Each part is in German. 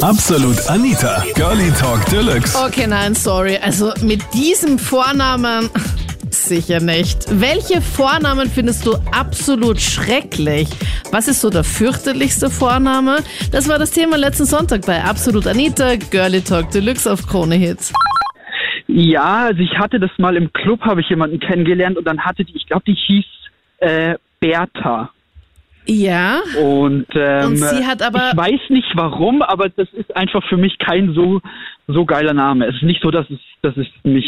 Absolut Anita, Girlie Talk Deluxe. Okay, nein, sorry. Also mit diesem Vornamen sicher nicht. Welche Vornamen findest du absolut schrecklich? Was ist so der fürchterlichste Vorname? Das war das Thema letzten Sonntag bei Absolut Anita, Girlie Talk Deluxe auf Krone Hits. Ja, also ich hatte das mal im Club, habe ich jemanden kennengelernt und dann hatte die, ich glaube, die hieß Bertha. Ja. Und sie hat aber... Ich weiß nicht warum, aber das ist einfach für mich kein so geiler Name. Es ist nicht so, dass ich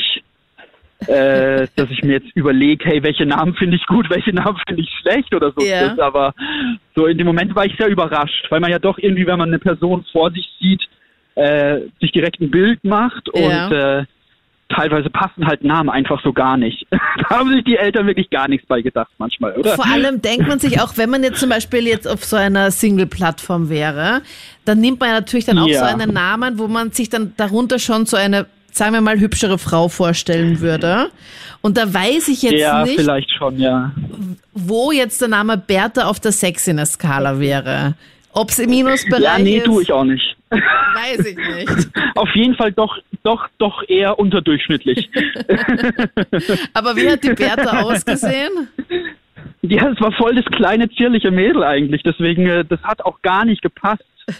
mir jetzt überlege, hey, welche Namen finde ich gut, welche Namen finde ich schlecht oder so. Ja. Aber so in dem Moment war ich sehr überrascht, weil man ja doch irgendwie, wenn man eine Person vor sich sieht, sich direkt ein Bild macht und teilweise passen halt Namen einfach so gar nicht. Da haben sich die Eltern wirklich gar nichts bei gedacht manchmal, oder? Vor allem denkt man sich auch, wenn man jetzt zum Beispiel jetzt auf so einer Single-Plattform wäre, dann nimmt man natürlich dann auch so einen Namen, wo man sich dann darunter schon so eine, sagen wir mal, hübschere Frau vorstellen würde. Und da weiß ich jetzt nicht, vielleicht schon, wo jetzt der Name Bertha auf der Sexiness-Skala wäre. Ob es im Minusbereich ist? Ja, nee, tue ich auch nicht. Weiß ich nicht. Auf jeden Fall doch eher unterdurchschnittlich. Aber wie hat die Bertha ausgesehen? Ja, es war voll das kleine, zierliche Mädel eigentlich. Deswegen, das hat auch gar nicht gepasst.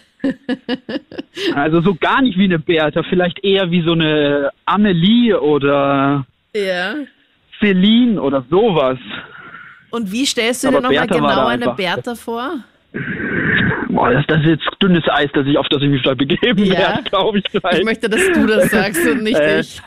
Also so gar nicht wie eine Bertha. Vielleicht eher wie so eine Amelie oder Celine oder sowas. Und wie stellst du dir nochmal genau eine Bertha vor? Boah, das ist jetzt dünnes Eis, auf das ich mich da begeben werde, glaube ich gleich. Ich möchte, dass du das sagst und nicht ich.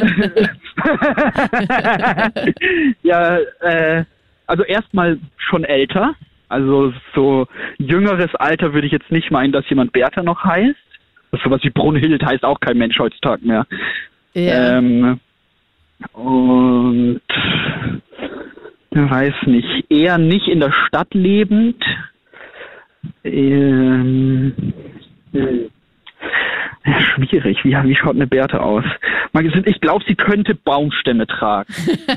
Also erstmal schon älter. Also so jüngeres Alter würde ich jetzt nicht meinen, dass jemand Bertha noch heißt. Das sowas wie Brunhild heißt auch kein Mensch heutzutage mehr. Ja. Und ich weiß nicht, eher nicht in der Stadt lebend. Schwierig. Wie schaut eine Bertha aus? Ich glaube, sie könnte Baumstämme tragen.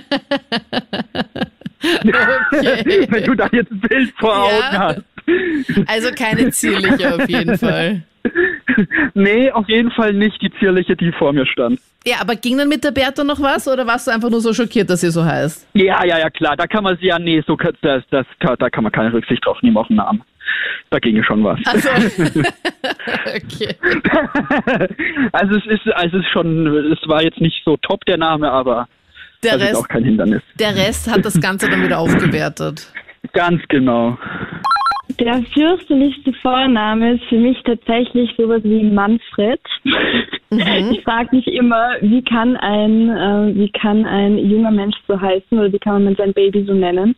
Okay. Wenn du da jetzt ein Bild vor Augen hast. Also keine zierliche auf jeden Fall. Nee, auf jeden Fall nicht die zierliche, die vor mir stand. Ja, aber ging dann mit der Bertha noch was oder warst du einfach nur so schockiert, dass sie so heißt? Ja, klar. Da kann man sie da kann man keine Rücksicht drauf nehmen auf den Namen. Da ginge schon was. Also, okay. Also es war jetzt nicht so top der Name, aber das ist auch kein Hindernis. Der Rest hat das Ganze dann wieder aufgewertet. Ganz genau. Der fürchterlichste Vorname ist für mich tatsächlich sowas wie Manfred. Ich frage mich immer, wie kann ein junger Mensch so heißen oder wie kann man sein Baby so nennen?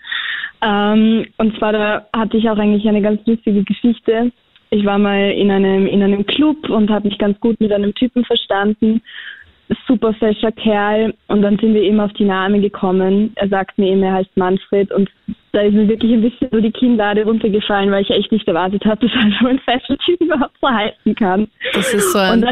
Und zwar da hatte ich auch eigentlich eine ganz lustige Geschichte. Ich war mal in einem Club und habe mich ganz gut mit einem Typen verstanden. Super fescher Kerl, und dann sind wir eben auf die Namen gekommen. Er sagt mir eben, er heißt Manfred, und da ist mir wirklich ein bisschen so die Kinnlade runtergefallen, weil ich echt nicht erwartet habe, dass er so ein fescher Typ überhaupt so heißen kann. Das ist so ein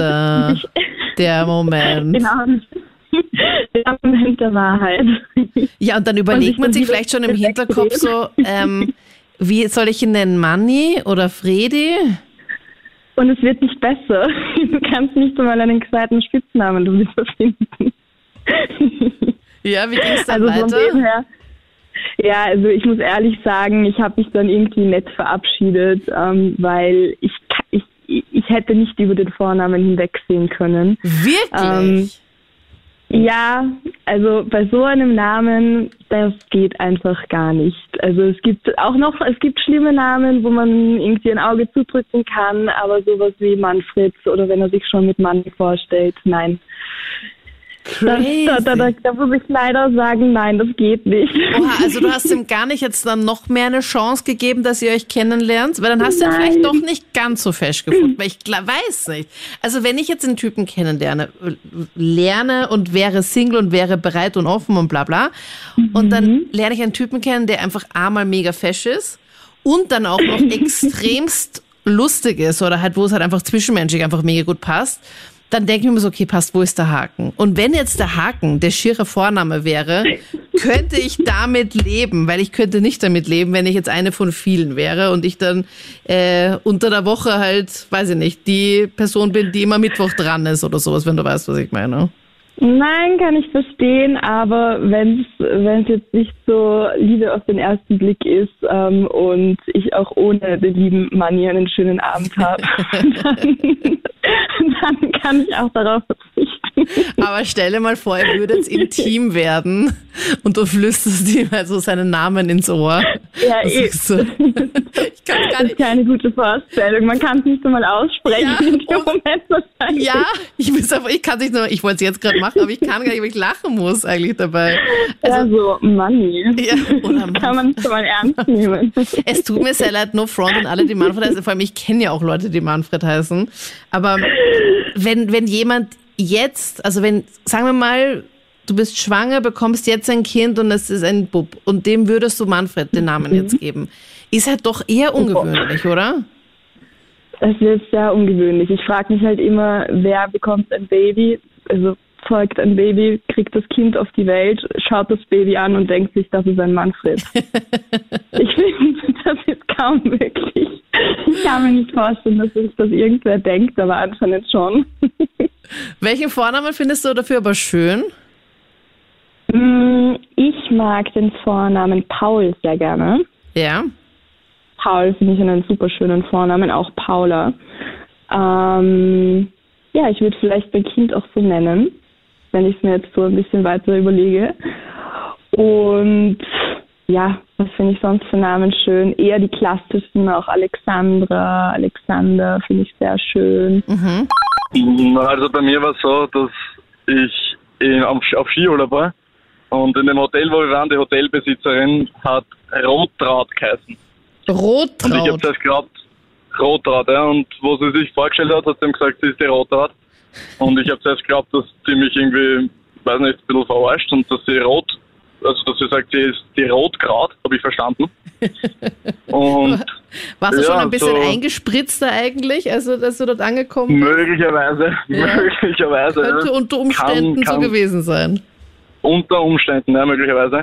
der Moment. Genau, der Moment der Wahrheit. Ja, und dann überlegt man sich vielleicht schon im Hinterkopf so, wie soll ich ihn nennen, Manni oder Fredi? Und es wird nicht besser. Du kannst nicht einmal einen zweiten Spitznamen darüber finden. Ja, wie ging es dann weiter? Von dem her, also ich muss ehrlich sagen, ich habe mich dann irgendwie nett verabschiedet, weil ich hätte nicht über den Vornamen hinwegsehen können. Wirklich? Ja, also bei so einem Namen, das geht einfach gar nicht. Also es gibt schlimme Namen, wo man irgendwie ein Auge zudrücken kann, aber sowas wie Manfred oder wenn er sich schon mit Mann vorstellt, nein. Da muss ich leider sagen, nein, das geht nicht. Oha, also du hast ihm gar nicht jetzt dann noch mehr eine Chance gegeben, dass ihr euch kennenlernt? Weil dann hast du ihn vielleicht doch nicht ganz so fest gefunden, weil ich weiß nicht. Also wenn ich jetzt einen Typen kennenlerne und wäre Single und wäre bereit und offen und bla bla, und dann lerne ich einen Typen kennen, der einfach einmal mega fesch ist und dann auch noch extremst lustig ist oder halt, wo es halt einfach zwischenmenschlich einfach mega gut passt, dann denke ich mir so, okay, passt, wo ist der Haken? Und wenn jetzt der Haken der schiere Vorname wäre, könnte ich damit leben, weil ich könnte nicht damit leben, wenn ich jetzt eine von vielen wäre und ich dann unter der Woche halt, weiß ich nicht, die Person bin, die immer Mittwoch dran ist oder sowas, wenn du weißt, was ich meine. Nein, kann ich verstehen, aber wenn es jetzt nicht so Liebe auf den ersten Blick ist und ich auch ohne den lieben Manni einen schönen Abend habe, dann kann ich auch darauf verzichten. Aber stell dir mal vor, er würde jetzt intim werden und du flüsterst ihm also seinen Namen ins Ohr. Ja, ich kann gar nicht. Das ist keine gute Vorstellung. Man kann es nicht einmal aussprechen in dem Moment wahrscheinlich. Ja, ich kann nicht nur, ich wollte es jetzt gerade machen, aber ich kann gar nicht, weil ich lachen muss eigentlich dabei. Also Manni. Ja, oder das kann man nicht mal ernst nehmen. Es tut mir sehr leid, no front an alle, die Manfred heißen. Vor allem, ich kenne ja auch Leute, die Manfred heißen. Aber wenn jemand jetzt, also wenn, sagen wir mal, du bist schwanger, bekommst jetzt ein Kind und es ist ein Bub und dem würdest du Manfred den Namen jetzt geben, ist halt doch eher ungewöhnlich, oder? Es wird sehr ungewöhnlich. Ich frage mich halt immer, wer bekommt ein Baby, also zeugt ein Baby, kriegt das Kind auf die Welt, schaut das Baby an und denkt sich, das ist ein Manfred. Ich finde, das ist kaum möglich. Ich kann mir nicht vorstellen, dass sich das irgendwer denkt, aber anscheinend schon. Welchen Vornamen findest du dafür aber schön? Ich mag den Vornamen Paul sehr gerne. Ja. Paul finde ich einen super schönen Vornamen, auch Paula. Ja, ich würde vielleicht mein Kind auch so nennen, wenn ich es mir jetzt so ein bisschen weiter überlege. Und ja, was finde ich sonst für Namen schön? Eher die klassischen, auch Alexandra, Alexander finde ich sehr schön. Also bei mir war es so, dass ich auf Skiurlaub war und in dem Hotel, wo wir waren, die Hotelbesitzerin hat Rottraut geheißen. Rottraut? Und ich habe zuerst geglaubt, Rottraut, ja, und wo sie sich vorgestellt hat sie ihm gesagt, sie ist die Rottraut. Und ich habe zuerst geglaubt, dass sie mich irgendwie, weiß nicht, ein bisschen verarscht und dass sie dass sie sagt, sie ist die Rotkraut, habe ich verstanden. Und warst du schon ein bisschen eingespritzter eigentlich, also dass du dort angekommen bist? Möglicherweise. Könnte unter Umständen so gewesen sein. Unter Umständen, ja, möglicherweise.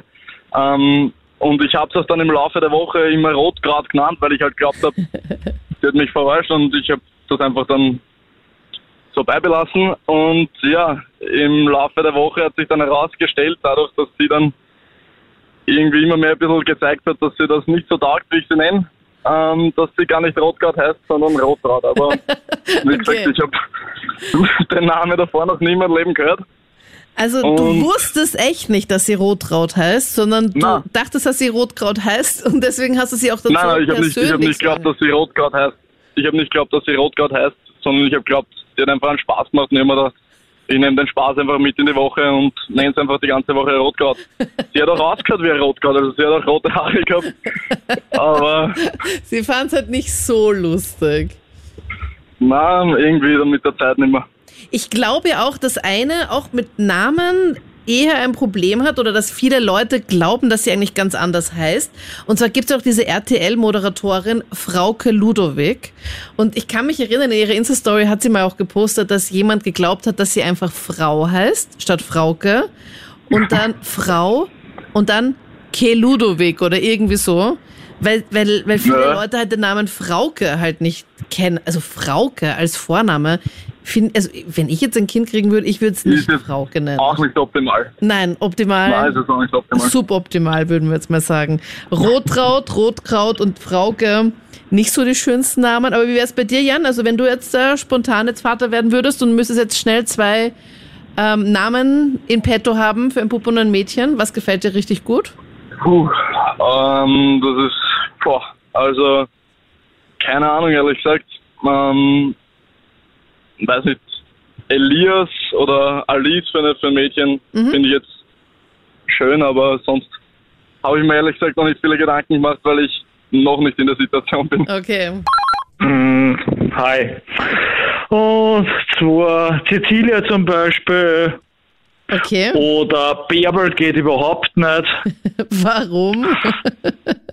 Und ich habe das dann im Laufe der Woche immer Rotkraut genannt, weil ich halt geglaubt habe, sie hat mich verarscht und ich habe das einfach dann so beibelassen. Und ja, im Laufe der Woche hat sich dann herausgestellt, dadurch, dass sie dann irgendwie immer mehr ein bisschen gezeigt hat, dass sie das nicht so taugt, wie ich sie nenne, dass sie gar nicht Rotkraut heißt, sondern Rottraut. Aber wie gesagt, ich habe den Namen davor noch nie in meinem Leben gehört. Also du wusstest echt nicht, dass sie Rotkraut heißt, sondern du dachtest, dass sie Rotkraut heißt und deswegen hast du sie auch dazu Nein, ich habe nicht geglaubt, dass sie Rotkraut heißt. Ich habe nicht geglaubt, dass sie Rotkraut heißt, sondern ich habe geglaubt, sie hat einfach einen Spaß gemacht. Ich nehme den Spaß einfach mit in die Woche und nenne es einfach die ganze Woche Rotkraut. Sie hat auch ausgehört wie ein Rotkraut, also sie hat auch rote Haare gehabt. Aber sie fand es halt nicht so lustig. Nein, irgendwie dann mit der Zeit nicht mehr. Ich glaube ja auch, dass eine auch mit Namen eher ein Problem hat oder dass viele Leute glauben, dass sie eigentlich ganz anders heißt. Und zwar gibt es auch diese RTL-Moderatorin Frauke Ludowig. Und ich kann mich erinnern, in ihrer Insta-Story hat sie mal auch gepostet, dass jemand geglaubt hat, dass sie einfach Frau heißt, statt Frauke. Und dann Frau und dann Ke Ludowig oder irgendwie so. Weil viele Leute halt den Namen Frauke halt nicht kennen. Also Frauke als Vorname. Also wenn ich jetzt ein Kind kriegen würde, ich würde es nicht Frauke nennen. Auch nicht optimal. Nein, optimal. Nein, ist es auch nicht optimal. Suboptimal, würden wir jetzt mal sagen. Rotkraut, Rotkraut und Frauke, nicht so die schönsten Namen. Aber wie wäre es bei dir, Jan? Also wenn du jetzt spontan jetzt Vater werden würdest und müsstest jetzt schnell 2 Namen in petto haben für ein Bub und ein Mädchen, was gefällt dir richtig gut? Das ist, also keine Ahnung, ehrlich gesagt. Weiß nicht, Elias oder Alice für ein Mädchen finde ich jetzt schön, aber sonst habe ich mir ehrlich gesagt noch nicht viele Gedanken gemacht, weil ich noch nicht in der Situation bin. Okay. Hi. Und zwar Cecilia zum Beispiel. Okay. Oder Bärbel geht überhaupt nicht. Warum?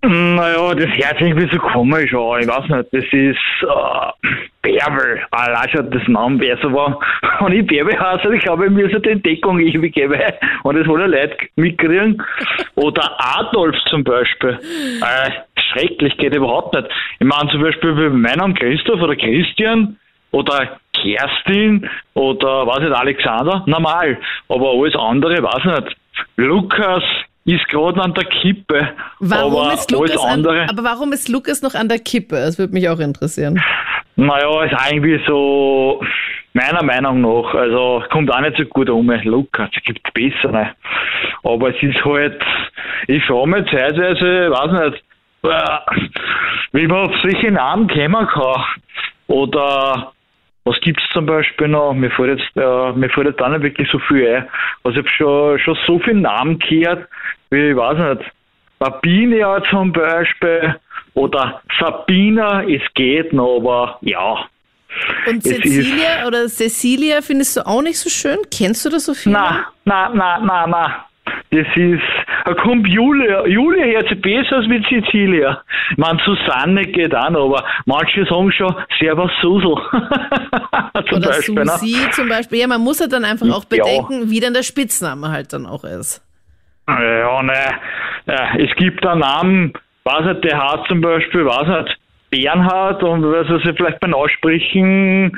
Naja, das hört sich irgendwie so komisch an. Ich weiß nicht, das ist Bärbel. Allein schon das Name wäre so war. Und ich Bärbel heiße, ich glaube, ich müsste die Entdeckung irgendwie geben. Und das wollen Leute mitkriegen. Oder Adolf zum Beispiel. Schrecklich, geht überhaupt nicht. Ich meine zum Beispiel bei meinem Christoph oder Christian oder Kerstin oder weiß nicht, Alexander, normal. Aber alles andere, weiß nicht. Lukas ist gerade an der Kippe. Warum ist Lukas noch an der Kippe? Das würde mich auch interessieren. Naja, ist irgendwie so, meiner Meinung nach, also kommt auch nicht so gut um. Lukas, es gibt bessere. Aber es ist halt, ich frage mich zeitweise, weiß nicht, wie man auf solche Namen kommen kann. Oder was gibt's zum Beispiel noch? Mir fällt jetzt auch nicht wirklich so viel ein. Also ich habe schon so viele Namen gehört, wie, ich weiß nicht, Babinia zum Beispiel oder Sabina, es geht noch, aber ja. Und Cecilia findest du auch nicht so schön? Kennst du das so viel? Nein. Das ist, da kommt Julia. Julia hört sich besser als mit Cecilia. Ich meine, Susanne geht auch noch, aber manche sagen schon Servus Susel. Oder Beispiel, Susi zum Beispiel. Ja, man muss halt dann einfach auch bedenken, wie dann der Spitzname halt dann auch ist. Ja, es gibt einen Namen, weiß nicht, der heißt zum Beispiel, weiß nicht, Bernhard, und was sie vielleicht beim Aussprechen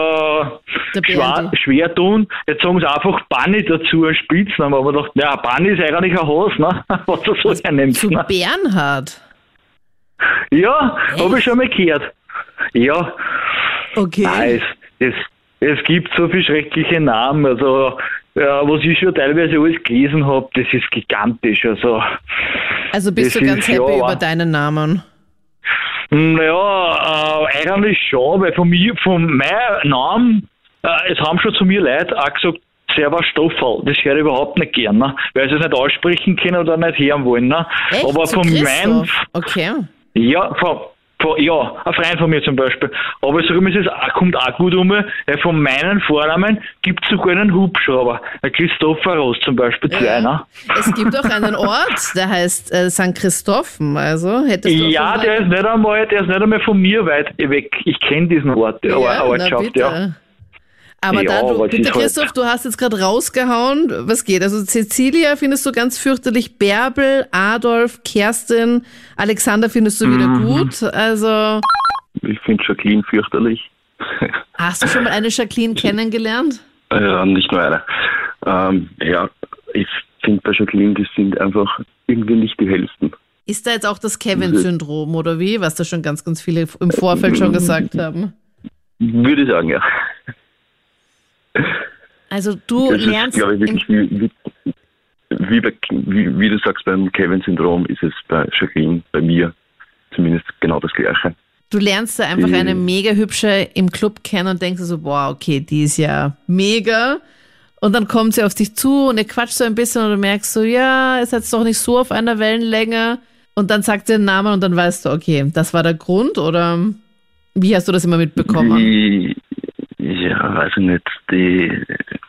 schwer tun. Jetzt sagen sie einfach Bunny dazu, ein Spitznamen, aber ich dachte, ja, Bunny ist eigentlich ein Haus, ne? Was du so hernimmt. Zu ne? Bernhard? Ja, habe ich schon mal gehört. Ja. Okay. Es gibt so viele schreckliche Namen, also was ich schon teilweise alles gelesen habe, das ist gigantisch. Also bist du ganz happy über deinen Namen? Naja, eigentlich schon, weil von meinem Namen, es haben schon zu mir Leute auch gesagt, Servus Stoffel, das höre ich überhaupt nicht gern, ne? Weil sie es nicht aussprechen können oder nicht hören wollen. Ne? Echt? Aber von meinem... Okay. Ja, ein Freund von mir zum Beispiel. Aber ich sage mir, es kommt auch gut um, weil von meinen Vornamen gibt es sogar einen Hubschrauber. Ein Christopheros zum Beispiel, zwei. Ne? Es gibt auch einen Ort, der heißt St. Christophen. Also hättest du ja, der ist nicht einmal von mir weit weg. Ich kenne diesen Ort, Ortschaft, ja. Aber bitte Christoph, du hast jetzt gerade rausgehauen, was geht? Also Cecilia findest du ganz fürchterlich, Bärbel, Adolf, Kerstin, Alexander findest du wieder gut, also... Ich finde Jacqueline fürchterlich. Hast du schon mal eine Jacqueline kennengelernt? Ja, nicht nur eine. Ich finde bei Jacqueline, die sind einfach irgendwie nicht die hellsten. Ist da jetzt auch das Kevin-Syndrom, oder wie? Was da schon ganz, ganz viele im Vorfeld schon gesagt haben. Würde ich sagen, ja. Also du lernst... Glaube ich, wirklich wie du sagst, beim Kevin-Syndrom ist es bei Jacqueline, bei mir zumindest genau das Gleiche. Du lernst da einfach eine mega hübsche im Club kennen und denkst so, wow, okay, die ist ja mega. Und dann kommt sie auf dich zu und ihr quatscht so ein bisschen und du merkst so, ja, ist jetzt doch nicht so auf einer Wellenlänge. Und dann sagt sie den Namen und dann weißt du, okay, das war der Grund, oder wie hast du das immer mitbekommen? Ja, weiß ich nicht.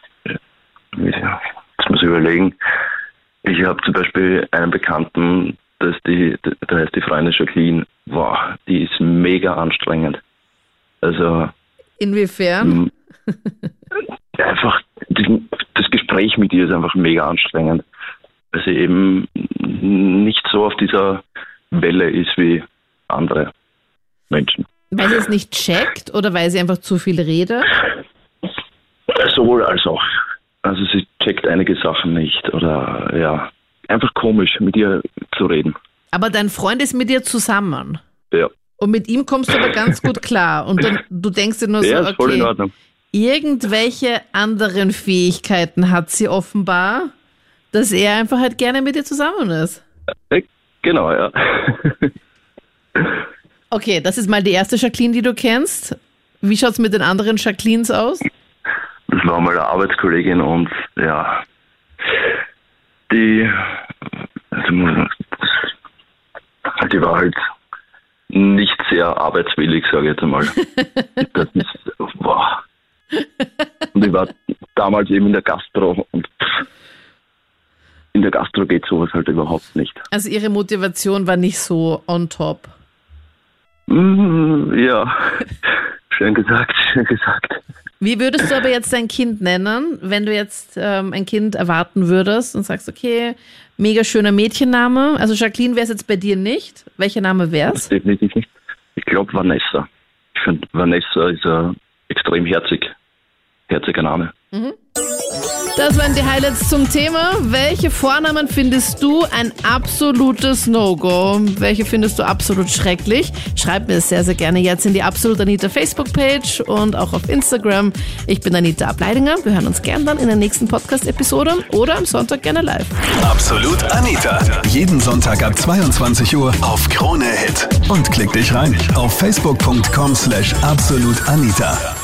Jetzt muss ich überlegen. Ich habe zum Beispiel einen Bekannten, da heißt die Freundin Jacqueline. Wow, die ist mega anstrengend. Also. Inwiefern? Einfach, das Gespräch mit ihr ist einfach mega anstrengend. Weil sie eben nicht so auf dieser Welle ist wie andere Menschen. Weil sie es nicht checkt oder weil sie einfach zu viel redet? Sowohl als auch. Also sie checkt einige Sachen nicht oder ja, einfach komisch mit ihr zu reden. Aber dein Freund ist mit dir zusammen? Ja. Und mit ihm kommst du aber ganz gut klar und du denkst dir nur so, ist voll in Ordnung. Irgendwelche anderen Fähigkeiten hat sie offenbar, dass er einfach halt gerne mit dir zusammen ist. Genau, ja. Okay, das ist mal die erste Jacqueline, die du kennst. Wie schaut es mit den anderen Jacquelines aus? Das war mal eine Arbeitskollegin und ja, die war halt nicht sehr arbeitswillig, sage ich jetzt einmal. Das ist, wow. Und ich war damals eben in der Gastro und in der Gastro geht sowas halt überhaupt nicht. Also Ihre Motivation war nicht so on top? Ja, schön gesagt. Wie würdest du aber jetzt dein Kind nennen, wenn du jetzt ein Kind erwarten würdest und sagst, okay, mega schöner Mädchenname. Also Jacqueline wäre es jetzt bei dir nicht. Welcher Name wäre es? Definitiv nicht. Ich glaube Vanessa. Ich finde, Vanessa ist ein extrem herziger Name. Das waren die Highlights zum Thema. Welche Vornamen findest du ein absolutes No-Go? Welche findest du absolut schrecklich? Schreib mir das sehr, sehr gerne jetzt in die Absolut Anita Facebook-Page und auch auf Instagram. Ich bin Anita Ableidinger. Wir hören uns gern dann in der nächsten Podcast-Episode oder am Sonntag gerne live. Absolut Anita. Jeden Sonntag ab 22 Uhr auf Krone Hit. Und klick dich rein auf facebook.com/absolutanita.